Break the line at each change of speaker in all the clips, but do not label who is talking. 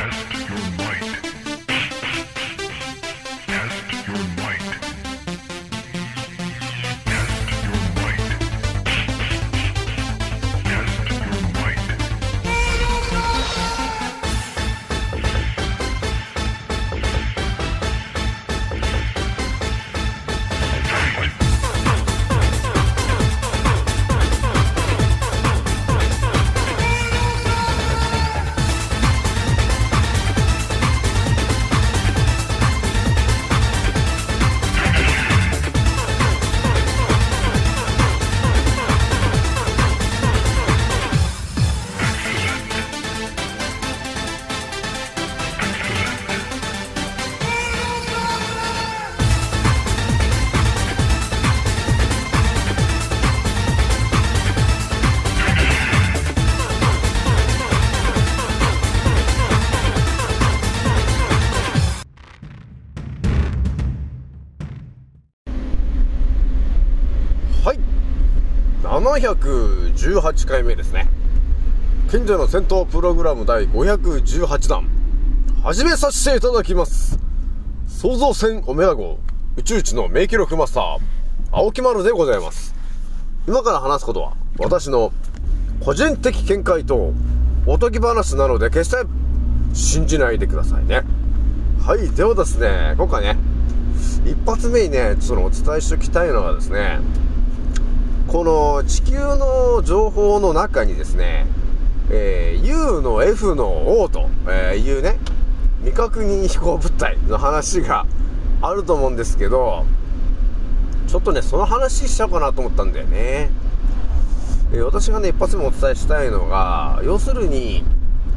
718回目ですね。賢者の戦闘プログラム第518弾始めさせていただきます。創造船オメガ号宇宙一の名記録マスター青木丸でございます。今から話すことは私の個人的見解とおとぎ話なので決して信じないでくださいね。はい、ではですね、今回ね一発目にねお伝えしておきたいのはですね、この地球の情報の中にですね、U の F の O というね未確認飛行物体の話があると思うんですけど、ちょっとねその話しちゃおうかなと思ったんだよね。私がね一発目お伝えしたいのが、要するに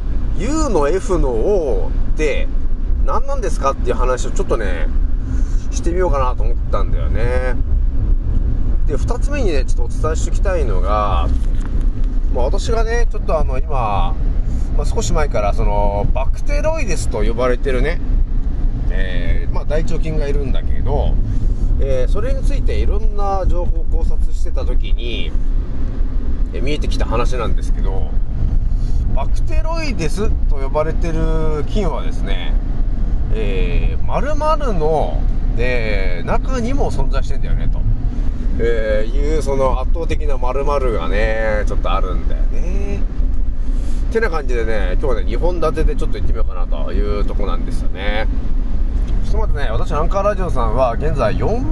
U の F の O って何なんですかっていう話をちょっとねしてみようかなと思ったんだよね。で2つ目にねちょっとお伝えしておきたいのが、私がねちょっと今、少し前からバクテロイデスと呼ばれてるね、大腸菌がいるんだけど、それについていろんな情報を考察してた時に、見えてきた話なんですけど、バクテロイデスと呼ばれてる菌はですね、〇〇の、中にも存在してんだよねと。いうその圧倒的な〇〇がねちょっとあるんだよねってな感じでね、今日はね2本立てでちょっと行ってみようかなというとこなんですよね。ひとまずね、私アンカーラジオさんは現在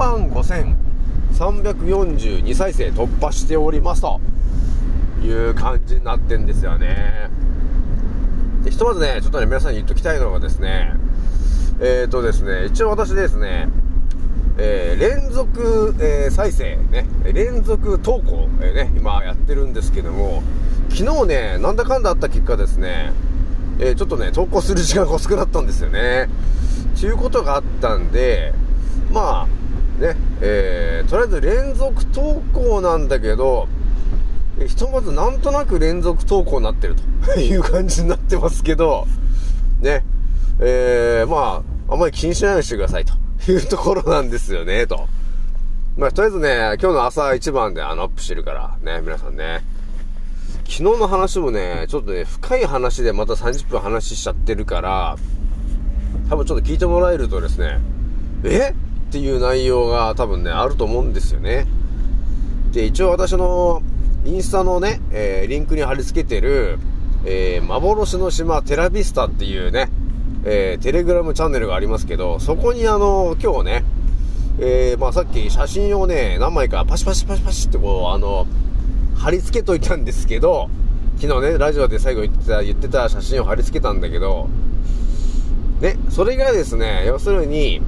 45,342再生突破しておりますという感じになってんですよね。でひとまずねちょっとね皆さんに言っときたいのがですね、ですね一応私ですね連続、再生ね連続投稿、今やってるんですけども、昨日ねなんだかんだあった結果ですね、ちょっとね投稿する時間が遅くなったんですよねということがあったんで、とりあえず連続投稿なんだけど、ひとまずなんとなく連続投稿になってるという感じになってますけどね、あんまり気にしないようにしてくださいというところなんですよねと。とりあえずね今日の朝一番でアップしてるからね、皆さんね、昨日の話もねちょっとね深い話でまた30分話しちゃってるから、多分ちょっと聞いてもらえるとですねっていう内容が多分ねあると思うんですよね。で一応私のインスタのね、リンクに貼り付けてる、幻の島テラビスタっていうねテレグラムチャンネルがありますけど、そこに今日ね、さっき写真をね何枚かパシパシパシパシってこう貼り付けといたんですけど、昨日ねラジオで最後言ってた写真を貼り付けたんだけどね、それがですね要するに、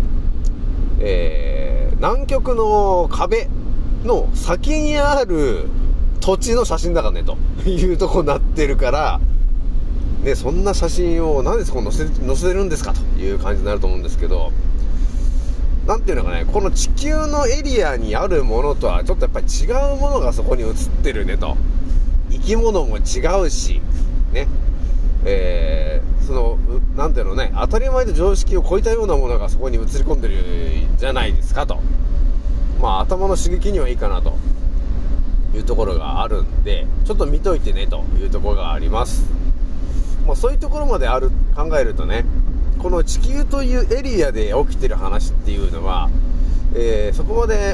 南極の壁の先にある土地の写真だからねというとこになってるからね、そんな写真を何でそこに載せるんですかという感じになると思うんですけど、なんていうのかね、この地球のエリアにあるものとはちょっとやっぱり違うものがそこに写ってるねと。生き物も違うしね、なんていうのね、当たり前と常識を超えたようなものがそこに映り込んでるじゃないですかと。頭の刺激にはいいかなというところがあるんで、ちょっと見といてねというところがあります。 そういうところまで考えるとね、この地球というエリアで起きてる話っていうのは、そこまで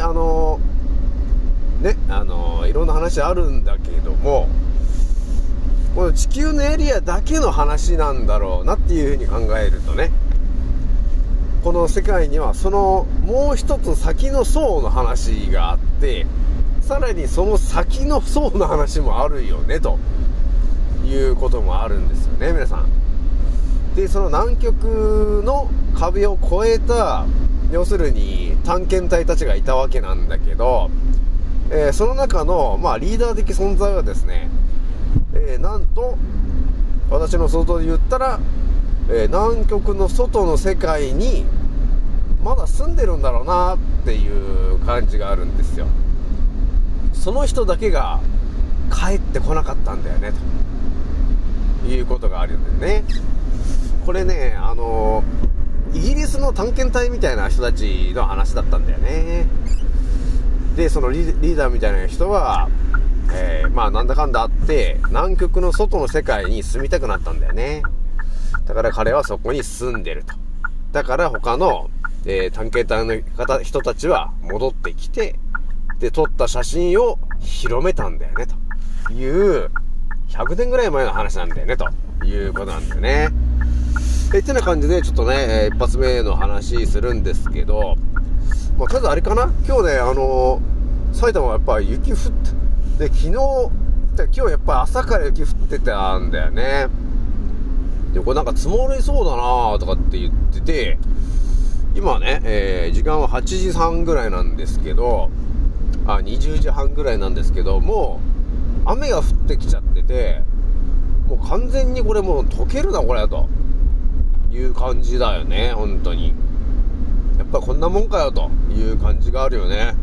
いろんな話あるんだけども、この地球のエリアだけの話なんだろうなっていうふうに考えるとね、この世界にはそのもう一つ先の層の話があって、さらにその先の層の話もあるよねということもあるんですよね、皆さん。で、その南極の壁を越えた、要するに探検隊たちがいたわけなんだけど、その中の、リーダー的存在はですね、なんと私の想像で言ったら、南極の外の世界にまだ住んでるんだろうなっていう感じがあるんですよ。その人だけが帰ってこなかったんだよねということがあるんだよね。これね、イギリスの探検隊みたいな人たちの話だったんだよね。で、そのリーダーみたいな人は、なんだかんだあって南極の外の世界に住みたくなったんだよね。だから彼はそこに住んでると。だから他の、探検隊の人たちは戻ってきて、で撮った写真を広めたんだよねという100年ぐらい前の話なんだよねということなんだよね。ってな感じでちょっとね、一発目の話するんですけど、ただあれかな、今日ね、埼玉はやっぱり雪降ってで、今日やっぱり朝から雪降ってたんだよね。で、これなんか積もりそうだなとかって言ってて、今ね、時間は8時半ぐらいなんですけど、20時半ぐらいなんですけど、もう雨が降ってきちゃってて、もう完全にこれもう溶けるなこれという感じだよね。本当にやっぱこんなもんかよという感じがあるよね。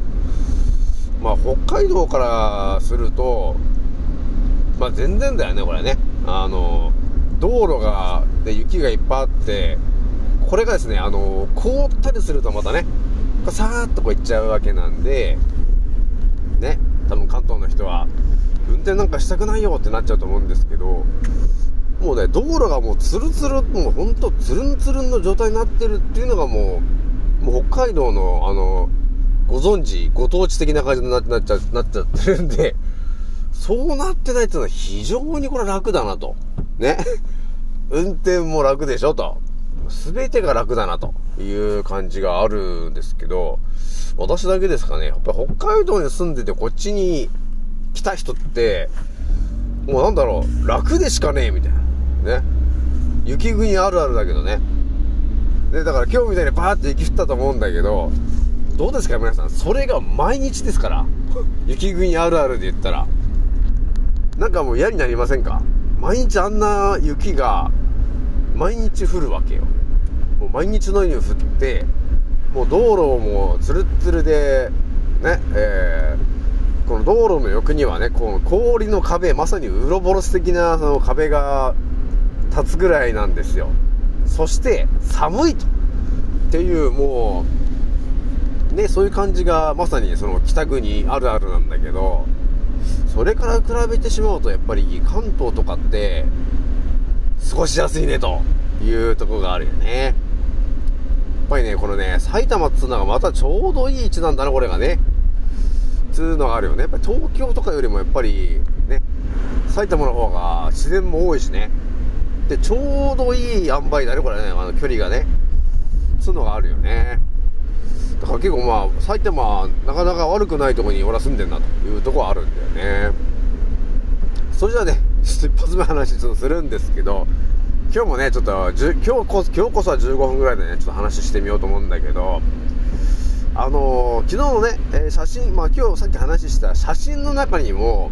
北海道からすると全然だよねこれね。道路で雪がいっぱいあって、これがですね凍ったりするとまたねさーっとこう行っちゃうわけなんでね、多分関東の人は運転なんかしたくないよってなっちゃうと思うんですけど、もうね道路がもうツルツル、もうほんとツルンツルンの状態になってるっていうのがもう北海道のご存知ご当地的な感じになっちゃってるんで、そうなってないっていうのは非常にこれ楽だなとね運転も楽でしょと、全てが楽だなという感じがあるんですけど、私だけですかね。やっぱり北海道に住んでてこっちに来た人ってもうなんだろう、楽でしかねえみたいなね。雪国あるあるだけどね。で、だから今日みたいにバーって雪降ったと思うんだけど、どうですか皆さん、それが毎日ですから雪国あるあるで言ったらなんかもう嫌になりませんか？毎日あんな雪が毎日降るわけよ。もう毎日のように降って、もう道路もツルッツルでね、この道路の横にはね、この氷の壁、まさにウロボロス的なその壁が立つぐらいなんですよ。そして寒いとっていう、もうね、そういう感じがまさにその北国あるあるなんだけど、それから比べてしまうとやっぱり関東とかって過ごしやすいねというところがあるよね。やっぱりね、このね埼玉っつうのがまたちょうどいい位置なんだなこれがね、つうのがあるよね。やっぱり東京とかよりもやっぱりね埼玉の方が自然も多いしね、でちょうどいい塩梅だねこれね、距離がね、つうのがあるよね。だから結構埼玉はなかなか悪くないところに俺は住んでんなというところはあるんだよね。それじゃあね、一発目話ちょっとするんですけど、今日もねちょっと今日こそは15分ぐらいでねちょっと話してみようと思うんだけど、昨日のね、写真、今日さっき話した写真の中にも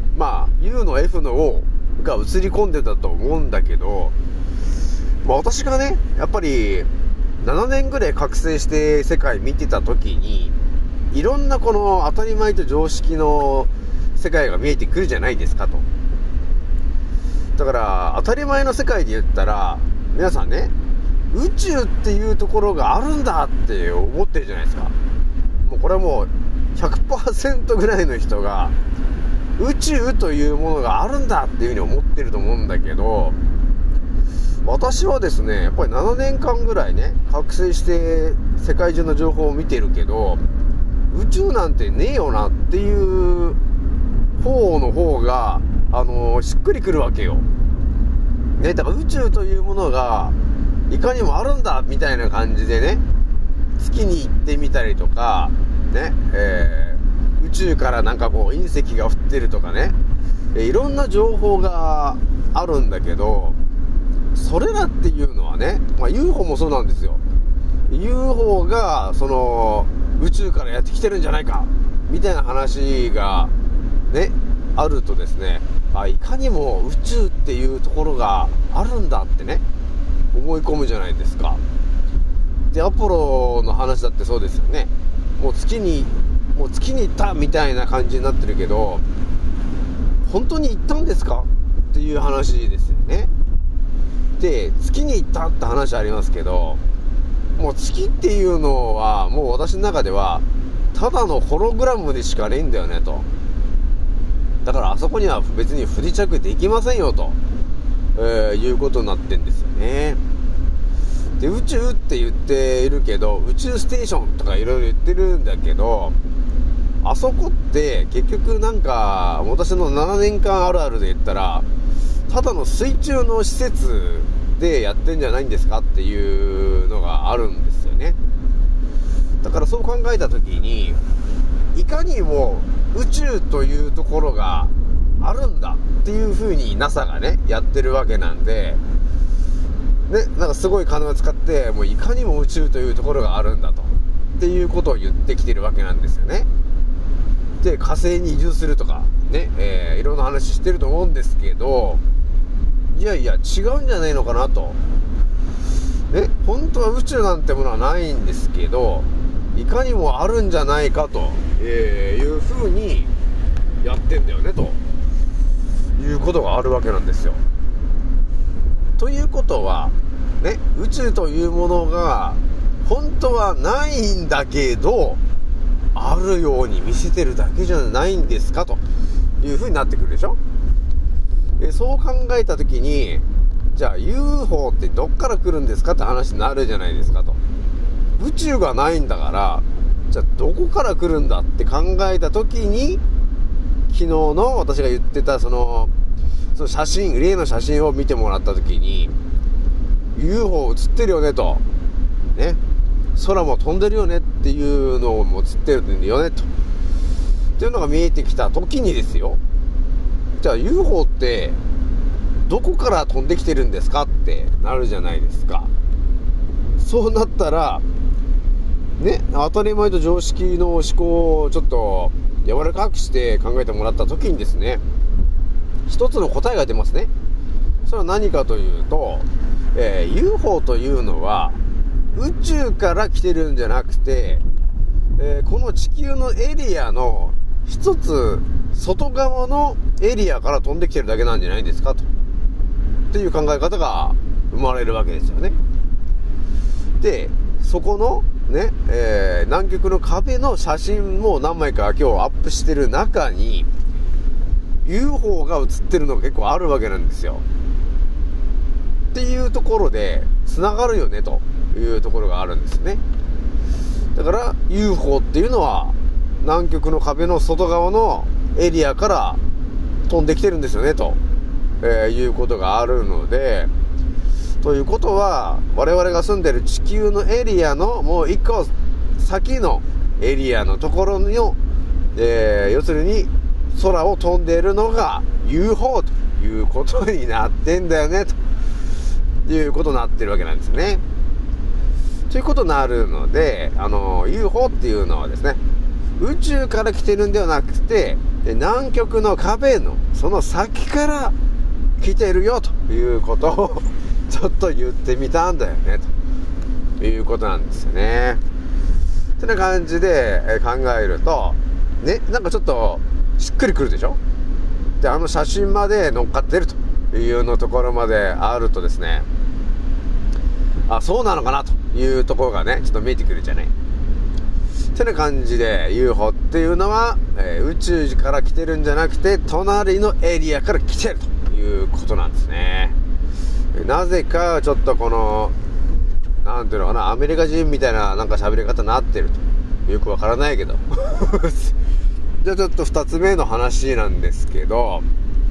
U の F の O が映り込んでたと思うんだけど、私がねやっぱり7年ぐらい覚醒して世界見てた時に、いろんなこの当たり前と常識の世界が見えてくるじゃないですかと。だから当たり前の世界で言ったら皆さんね、宇宙っていうところがあるんだって思ってるじゃないですか。もうこれはもう 100% ぐらいの人が宇宙というものがあるんだっていうふうに思ってると思うんだけど、 私はですね、やっぱり7年間ぐらいね、覚醒して世界中の情報を見てるけど、宇宙なんてねえよなっていう方の方が、しっくりくるわけよ。ね、だから宇宙というものが、いかにもあるんだみたいな感じでね、月に行ってみたりとか、ね、宇宙からなんかこう隕石が降ってるとかね、いろんな情報があるんだけど、それらっていうのはね、UFO もそうなんですよ。UFO がその宇宙からやってきてるんじゃないかみたいな話がねあるとですね、いかにも宇宙っていうところがあるんだってね思い込むじゃないですか。でアポロの話だってそうですよね。もう月に行ったみたいな感じになってるけど、本当に行ったんですかっていう話ですよね。で月に行ったって話ありますけど、もう月っていうのはもう私の中ではただのホログラムでしかねえんだよねと。だからあそこには別に不時着できませんよと、いうことになってんですよね。で宇宙って言っているけど、宇宙ステーションとかいろいろ言ってるんだけど、あそこって結局なんか私の7年間あるあるで言ったら、ただの水中の施設でやってんじゃないんですかっていうのがあるんですよね。だからそう考えた時に、いかにも宇宙というところがあるんだっていう風に NASA がねやってるわけなんでね、なんかすごい金を使ってもういかにも宇宙というところがあるんだとっていうことを言ってきてるわけなんですよね。で火星に移住するとかね、いろんな話してると思うんですけど、いやいや違うんじゃないのかなとね。本当は宇宙なんてものはないんですけど、いかにもあるんじゃないかと、いう風にやってんだよねということがあるわけなんですよ。ということはね、宇宙というものが本当はないんだけどあるように見せてるだけじゃないんですかという風になってくるでしょ。そう考えた時に、じゃあ UFO ってどっから来るんですかって話になるじゃないですかと。宇宙がないんだから、じゃあどこから来るんだって考えた時に、昨日の私が言ってたその写真、例の写真を見てもらった時に UFO 映ってるよねとね、空も飛んでるよねっていうのも映ってるよねとっていうのが見えてきた時にですよ、じゃあ UFO ってどこから飛んできてるんですかってなるじゃないですか。そうなったらね、当たり前と常識の思考をちょっと柔らかくして考えてもらった時にですね、一つの答えが出ますね。それは何かというと、UFO というのは宇宙から来てるんじゃなくて、この地球のエリアの一つ外側のエリアから飛んできてるだけなんじゃないですかとっていう考え方が生まれるわけですよね。でそこのね、南極の壁の写真も何枚か今日アップしてる中に UFO が写ってるのが結構あるわけなんですよ。っていうところで繋がるよねというところがあるんですね。だから UFO っていうのは南極の壁の外側のエリアから飛んできてるんですよねと、いうことがあるので、ということは我々が住んでる地球のエリアのもう一個先のエリアのところの、要するに空を飛んでいるのが UFO ということになってんだよねということになってるわけなんですね。ということになるので、UFO っていうのはですね、宇宙から来てるんではなくて南極の壁のその先から来てるよということをちょっと言ってみたんだよねということなんですよね。ってな感じで考えるとね、なんかちょっとしっくりくるでしょ。で写真まで乗っかってるというのところまであるとですね、あ、そうなのかなというところがねちょっと見えてくるじゃない。ってな感じで UFO っていうのは、宇宙から来てるんじゃなくて隣のエリアから来てるということなんですね。 なぜかちょっとこのなんていうのかな、アメリカ人みたいななんか喋り方になってると、よくわからないけどじゃあちょっと2つ目の話なんですけど、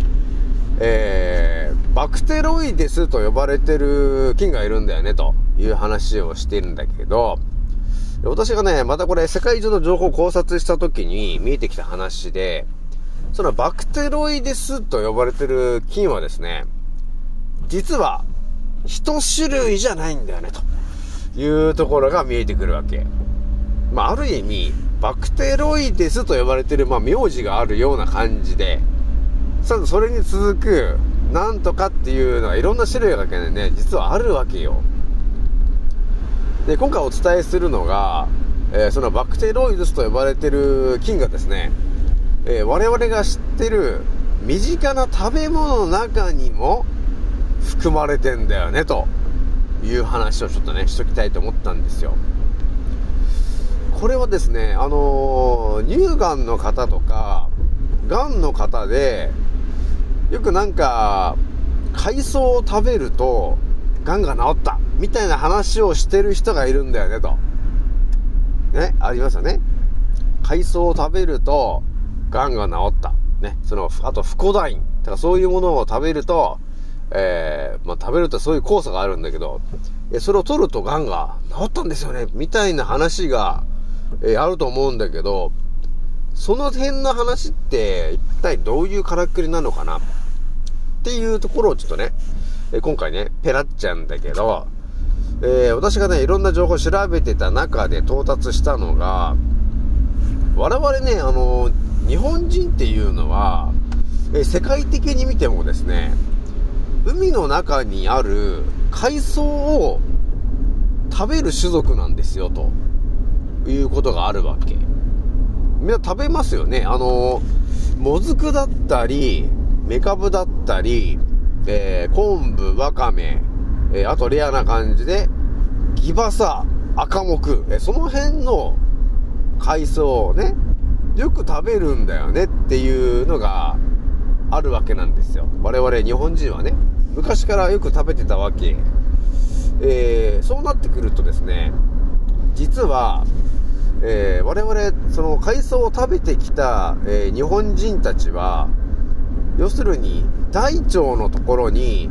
バクテロイデスと呼ばれてる菌がいるんだよねという話をしてるんだけど、私がねまたこれ世界中の情報を考察した時に見えてきた話で、そのバクテロイデスと呼ばれてる菌はですね、実は一種類じゃないんだよねというところが見えてくるわけ。ある意味バクテロイデスと呼ばれてる名字があるような感じで、それに続くなんとかっていうのがいろんな種類がね実はあるわけよ。で今回お伝えするのが、そのバクテロイデスと呼ばれてる菌がですね、我々が知ってる身近な食べ物の中にも含まれてんだよねという話をちょっとねしときたいと思ったんですよ。これはですね、乳がんの方とかがんの方でよくなんか海藻を食べるとがんが治ったみたいな話をしてる人がいるんだよねとね、ありますよね。海藻を食べるとがんが治ったね、あとフコダインとかそういうものを食べると食べるとそういう酵素があるんだけど、それを取るとがんが治ったんですよねみたいな話が、あると思うんだけど、その辺の話って一体どういうからくりなのかなっていうところをちょっとね、今回ねペラっちゃうんだけど、私がねいろんな情報を調べてた中で到達したのが、我々ね日本人っていうのは、世界的に見てもですね、海の中にある海藻を食べる種族なんですよということがあるわけ。みんな食べますよね。もずくだったりメカブだったり、昆布、わかめ、あとレアな感じでギバサ、赤木、その辺の海藻をねよく食べるんだよねっていうのがあるわけなんですよ。我々日本人はね昔からよく食べてたわけ。そうなってくるとですね、実は、我々その海藻を食べてきた、日本人たちは要するに大腸のところに、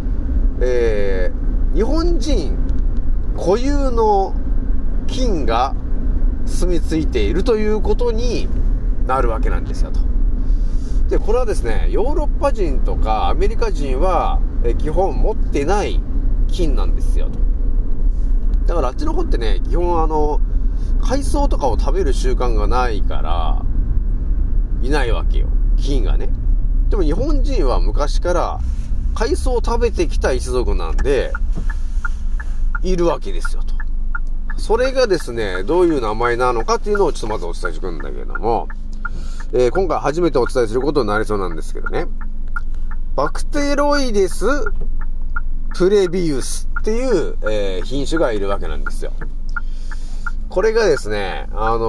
日本人固有の菌が住み着いているということになるわけなんですよと。でこれはですね、ヨーロッパ人とかアメリカ人は基本持ってない菌なんですよと。だからあっちの方ってね基本海藻とかを食べる習慣がないからいないわけよ、菌がね。でも日本人は昔から海藻を食べてきた一族なんでいるわけですよと。それがですねどういう名前なのかっていうのをちょっとまずお伝えしていくんだけども、今回初めてお伝えすることになりそうなんですけどね、バクテロイデスプレビウスっていう、品種がいるわけなんですよ。これがですね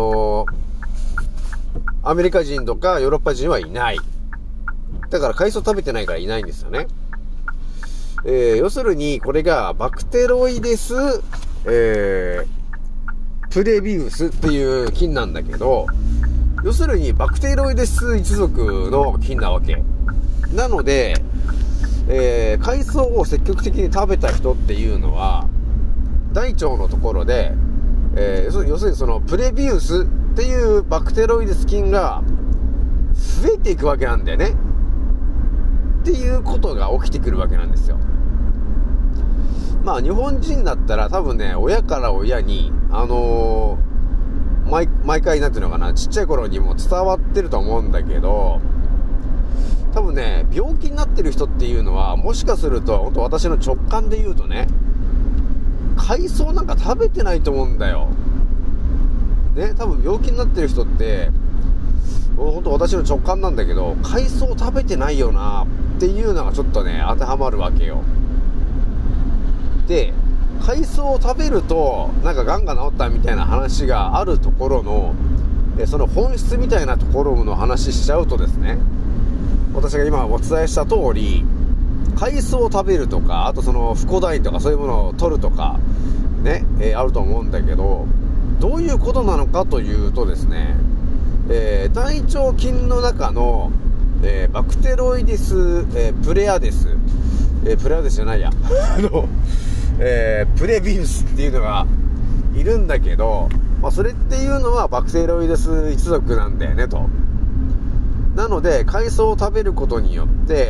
アメリカ人とかヨーロッパ人はいない。だから海藻食べてないからいないんですよね。要するにこれがバクテロイデス、プレビウスっていう菌なんだけど、要するにバクテロイデス一族の菌なわけなので、海藻を積極的に食べた人っていうのは大腸のところで、要するにそのプレビウスっていうバクテロイデス菌が増えていくわけなんだよねっていうことが起きてくるわけなんですよ。日本人だったら多分ね親から親に毎回なんていうのかな、ちっちゃい頃にも伝わってると思うんだけど、多分ね病気になってる人っていうのはもしかすると本当私の直感で言うとね、海藻なんか食べてないと思うんだよね。多分病気になってる人って本当私の直感なんだけど、海藻食べてないよなっていうのがちょっとね当てはまるわけよ。で海藻を食べるとなんかがんが治ったみたいな話があるところのその本質みたいなところの話しちゃうとですね、私が今お伝えした通り海藻を食べるとか、あとその、フコダイとかそういうものを取るとか、ね、あると思うんだけど、どういうことなのかというとですね、大腸菌の中の、バクテロイデス、プレアデス、プレアデスじゃないやプレビウスっていうのがいるんだけど、まあ、それっていうのはバクテロイデス一族なんだよねと。なので海藻を食べることによって、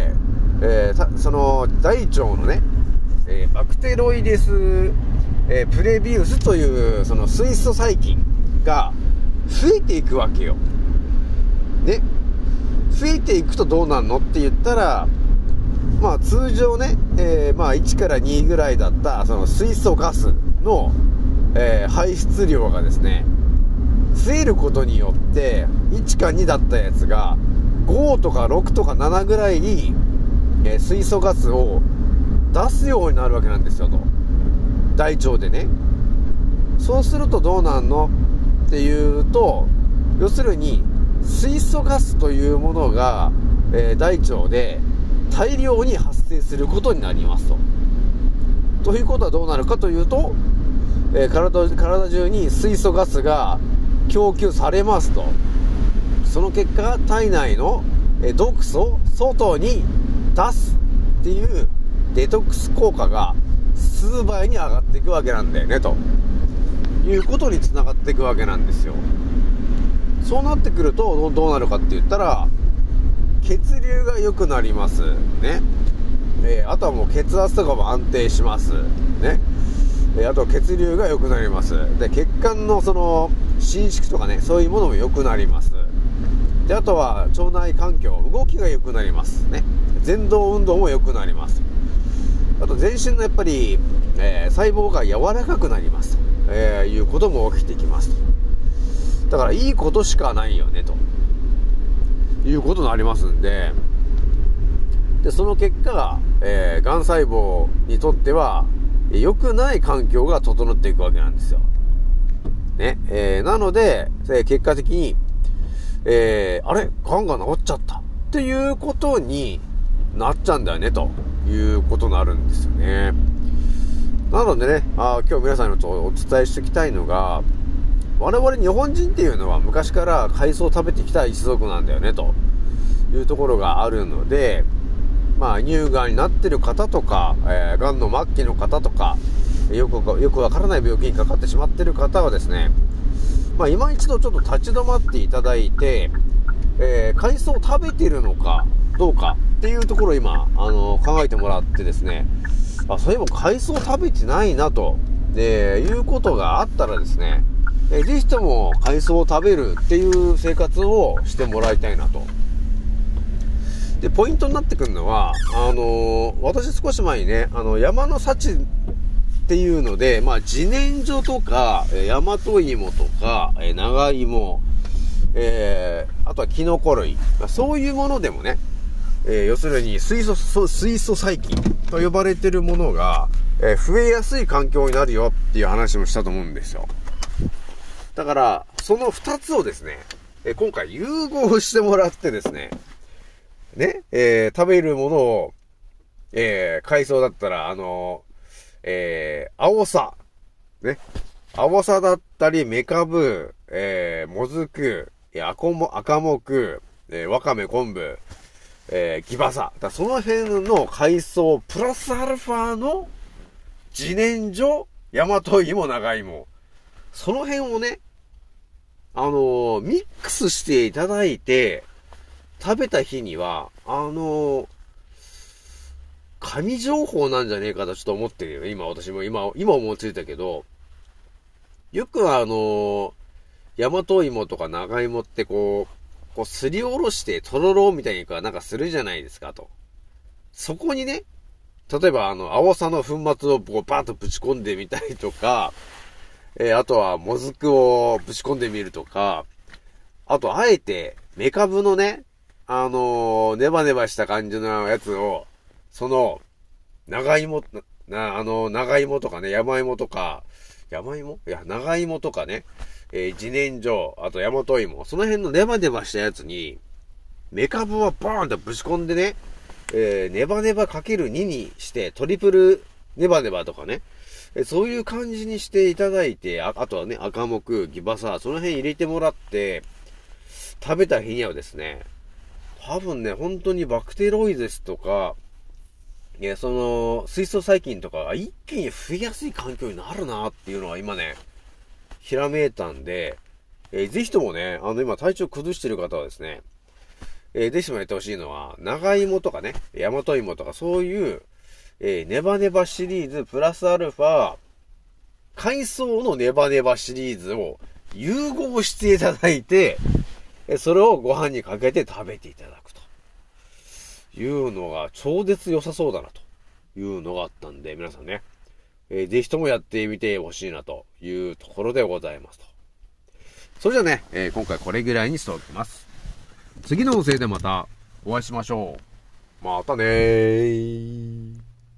その大腸のね、バクテロイデス、プレビウスというその水素細菌が増えていくわけよ。ね、増えていくとどうなるのって言ったら、まあ通常ね、まあ1から2ぐらいだったその水素ガスの、排出量がですね、増えることによって1か2だったやつが5とか6とか7ぐらいに、水素ガスを出すようになるわけなんですよと。大腸でね。そうするとどうなんのっていうと、要するに水素ガスというものが、大腸で大量に発生することになりますと。ということはどうなるかというと、体中に水素ガスが供給されますと。その結果、体内の毒素を外に出すっていうデトックス効果が数倍に上がっていくわけなんだよねということにつながっていくわけなんですよ。そうなってくるとどうなるかって言ったら、血流が良くなりますね。あとはもう血圧とかも安定しますね。あとは血流が良くなります。で、血管のその伸縮とかね、そういうものも良くなります。で、あとは腸内環境、動きが良くなりますね。蠕動運動も良くなります。あと全身のやっぱり、細胞が柔らかくなりますと、いうことも起きてきますと。だからいいことしかないよねということになりますんで、その結果、がん細胞にとっては良くない環境が整っていくわけなんですよ。ね、なので、結果的に、あれがんが治っちゃったっていうことになっちゃうんだよねということになるんですよね。なのでね、今日皆さんにお伝えしていきたいのが、我々日本人っていうのは昔から海藻を食べてきた一族なんだよねというところがあるので、まあ乳がんになってる方とか、がんの末期の方とか、よくわからない病気にかかってしまってる方はですね、まあ今一度ちょっと立ち止まっていただいて、海藻を食べているのかどうかっていうところを今考えてもらってですね、そういえば海藻を食べてないなと、いうことがあったらですね、ぜひとも海藻を食べるっていう生活をしてもらいたいなと。で、ポイントになってくるのは、私少し前にね、山の幸っていうので、まあ、自然薯とか、大和芋とか、長芋、あとはキノコ類、そういうものでもね、要するに水素細菌と呼ばれているものが、増えやすい環境になるよっていう話もしたと思うんですよ。だから、その2つをですね、今回融合してもらってですね、食べるものを、海藻だったら、アオサ、ね、アオサだったり、メカブ、モズク、赤木、ワカメ、昆布、ギバサ。その辺の海藻、プラスアルファの自然薯、大和芋、長芋。その辺をね、ミックスしていただいて、食べた日には、神情報なんじゃねえかとちょっと思ってるよ。私も今思いついたけど、よく大和芋とか長芋ってこうすりおろしてとろろみたいになんかするじゃないですかと。そこにね、例えばアオサの粉末をバーッとぶち込んでみたりとか、あとはもずくをぶち込んでみるとか、あとあえてメカブのね、ネバネバした感じのやつを、その、長芋とかね、山芋とか、長芋とかね、自然薯、あと大和芋、その辺のネバネバしたやつに、メカブをバーンとぶち込んでね、 ネバネバ ×2 にしてトリプルネバネバとかね、そういう感じにしていただいて、あとはね、赤木、ギバサ、その辺入れてもらって、食べた日にはですね、多分ね、本当にバクテロイデスとか、その、水素細菌とかが一気に増えやすい環境になるなっていうのは今ね、ひらめいたんで、ぜひともね、今体調崩してる方はですね、ぜひともやってほしいのは、長芋とかね、大和芋とかそういう、ネバネバシリーズプラスアルファ、海藻のネバネバシリーズを融合していただいて、それをご飯にかけて食べていただくというのが超絶良さそうだなというのがあったんで、皆さんね、ぜひともやってみてほしいなというところでございますと。それじゃあね、今回これぐらいにしておきます。次の音声でまたお会いしましょう。またねー。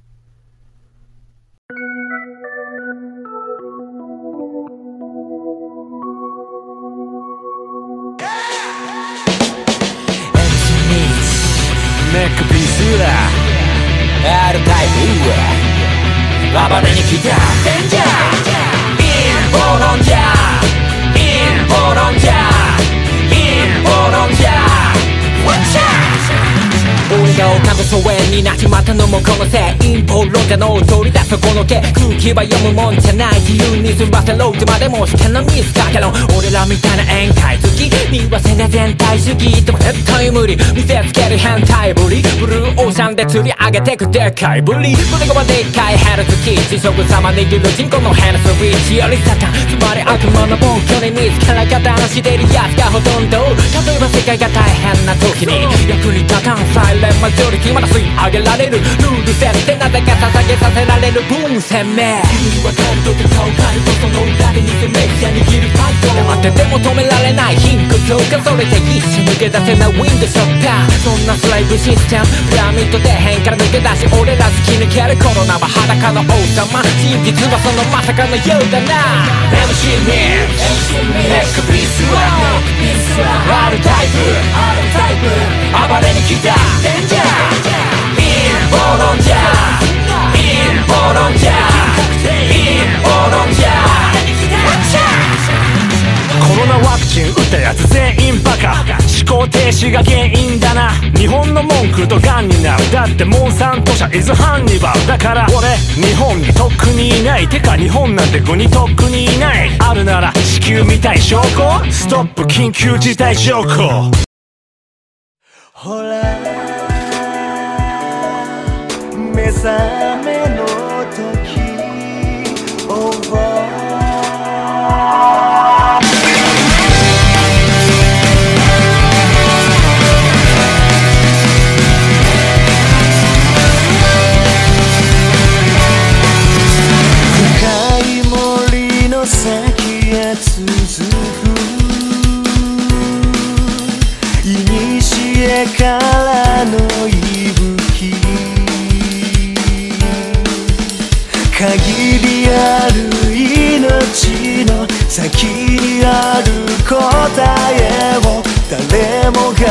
ネックピースだ R タイプ暴れに来たデンジャーインボロンジャーインボロンジャーインボロンジャーワッチャー俺が丘の疎遠になっちまったのもこのせい陰謀論者の通りだそこのけ空気は読むもんじゃない自由に済ませろってまでもしてのミスかけろ俺らみたいな宴会好き見忘れ全体主義でも絶対無理見せつける変態ぶりブルーオーシャンで釣り上げてくでっかいぶり胸がでっかいヘルツキー地食様握る人口のヘルスリーチよりサタンつまり悪魔の暴挙に見つから方のしてるやつがほとんど例えば世界が大変な時に役に立たんサイレンマジョリティまだ吸い上げられるルール設定なぜか捧げさせられる分鮮明君に分かるとて顔変えるとその裏で偽メディア握るパッド黙ってても止められない貧困強化それで一瞬抜け出せないウィンドショッカーそんなスライブシステムピラミッド底辺から抜け出し俺ら突き抜けるコロナは裸の王様真実はそのまさかのようだな MC ミッチネックピースは R タイプ暴れに来たデンジャーインボロンジャーインボロンジャーインボロンジャーコロナワクチン打ったやつ全員バカ思考停止が原因だな日本の文句とガンになるだってモンサント社イズハンニバルだから俺日本にとっくにいないてか日本なんて国にとっくにいないあるなら地球みたい証拠ストップ緊急事態条項ほら目覚めの時 Over先へ続く古からの息吹限りある命の先にある答えを誰もが